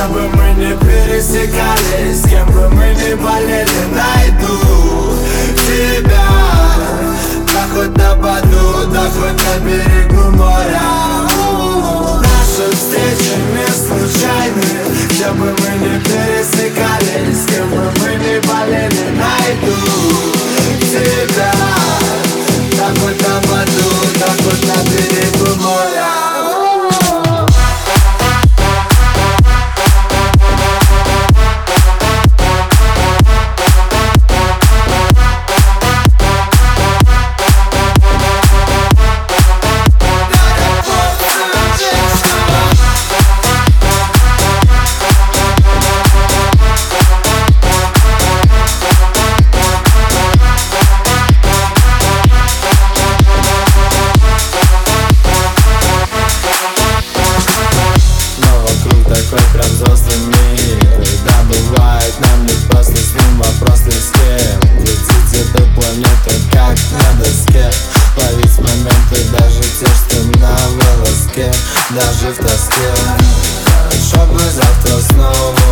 Где бы мы не пересекались, с кем бы мы ни болели, найду тебя. Да хоть на Баду, да хоть на берегу моря. Наши встречи не случайны. Где бы мы ни пересекались, с кем бы мы ни болели, найду тебя. Да хоть на Баду, да хоть на берегу моря. Такой прям взрослый мир. Да, бывает, нам не просто с ним, вопрос не с кем. Лететь эту планету как на доске. Ловить моменты, даже те, что на волоске. Даже в тоске. Хорошо бы завтра снова